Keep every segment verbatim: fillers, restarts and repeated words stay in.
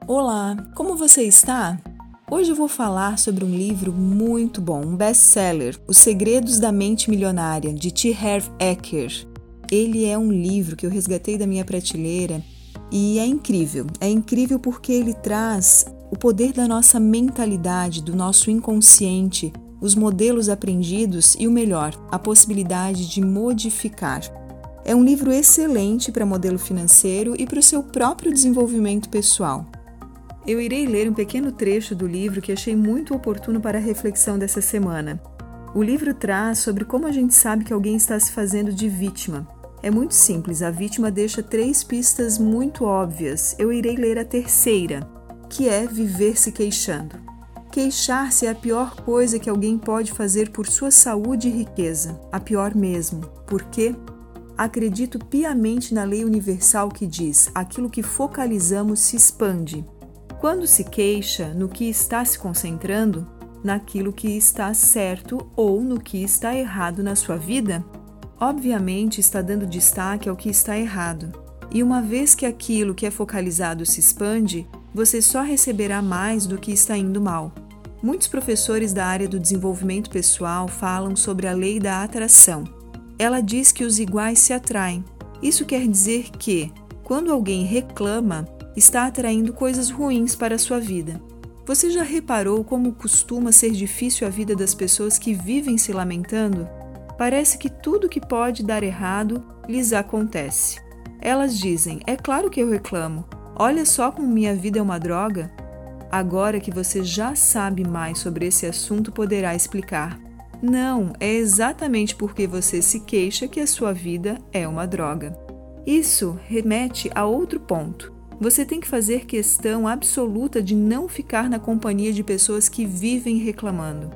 Olá, como você está? Hoje eu vou falar sobre um livro muito bom, um best-seller, Os Segredos da Mente Milionária, de T. Harv Eker. Ele é um livro que eu resgatei da minha prateleira e é incrível. É incrível porque ele traz o poder da nossa mentalidade, do nosso inconsciente, os modelos aprendidos e o melhor, a possibilidade de modificar. É um livro excelente para modelo financeiro e para o seu próprio desenvolvimento pessoal. Eu irei ler um pequeno trecho do livro que achei muito oportuno para a reflexão dessa semana. O livro traz sobre como a gente sabe que alguém está se fazendo de vítima. É muito simples, a vítima deixa três pistas muito óbvias. Eu irei ler a terceira, que é viver se queixando. Queixar-se é a pior coisa que alguém pode fazer por sua saúde e riqueza. A pior mesmo. Por quê? Acredito piamente na lei universal que diz: aquilo que focalizamos se expande. Quando se queixa, no que está se concentrando, naquilo que está certo ou no que está errado na sua vida, obviamente está dando destaque ao que está errado. E uma vez que aquilo que é focalizado se expande, você só receberá mais do que está indo mal. Muitos professores da área do desenvolvimento pessoal falam sobre a lei da atração. Ela diz que os iguais se atraem. Isso quer dizer que, quando alguém reclama, está atraindo coisas ruins para a sua vida. Você já reparou como costuma ser difícil a vida das pessoas que vivem se lamentando? Parece que tudo que pode dar errado lhes acontece. Elas dizem: é claro que eu reclamo. Olha só como minha vida é uma droga. Agora que você já sabe mais sobre esse assunto, poderá explicar. Não, é exatamente porque você se queixa que a sua vida é uma droga. Isso remete a outro ponto. Você tem que fazer questão absoluta de não ficar na companhia de pessoas que vivem reclamando.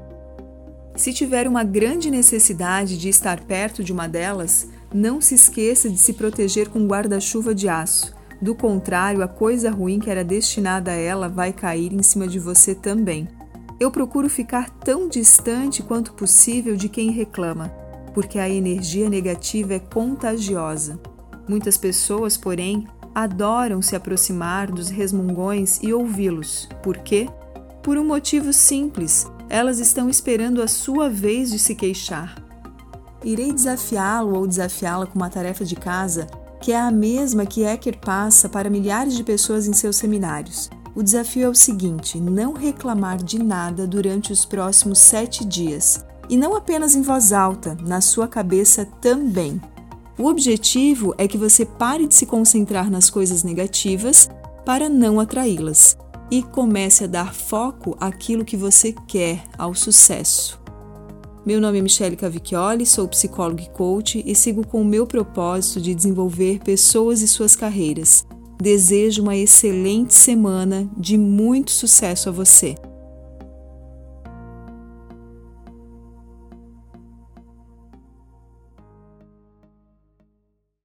Se tiver uma grande necessidade de estar perto de uma delas, não se esqueça de se proteger com um guarda-chuva de aço. Do contrário, a coisa ruim que era destinada a ela vai cair em cima de você também. Eu procuro ficar tão distante quanto possível de quem reclama, porque a energia negativa é contagiosa. Muitas pessoas, porém, adoram se aproximar dos resmungões e ouvi-los. Por quê? Por um motivo simples: elas estão esperando a sua vez de se queixar. Irei desafiá-lo ou desafiá-la com uma tarefa de casa que é a mesma que Eker passa para milhares de pessoas em seus seminários. O desafio é o seguinte: não reclamar de nada durante os próximos sete dias. E não apenas em voz alta, na sua cabeça também. O objetivo é que você pare de se concentrar nas coisas negativas para não atraí-las e comece a dar foco àquilo que você quer, ao sucesso. Meu nome é Michele Cavicchioli, sou psicóloga e coach e sigo com o meu propósito de desenvolver pessoas e suas carreiras. Desejo uma excelente semana de muito sucesso a você.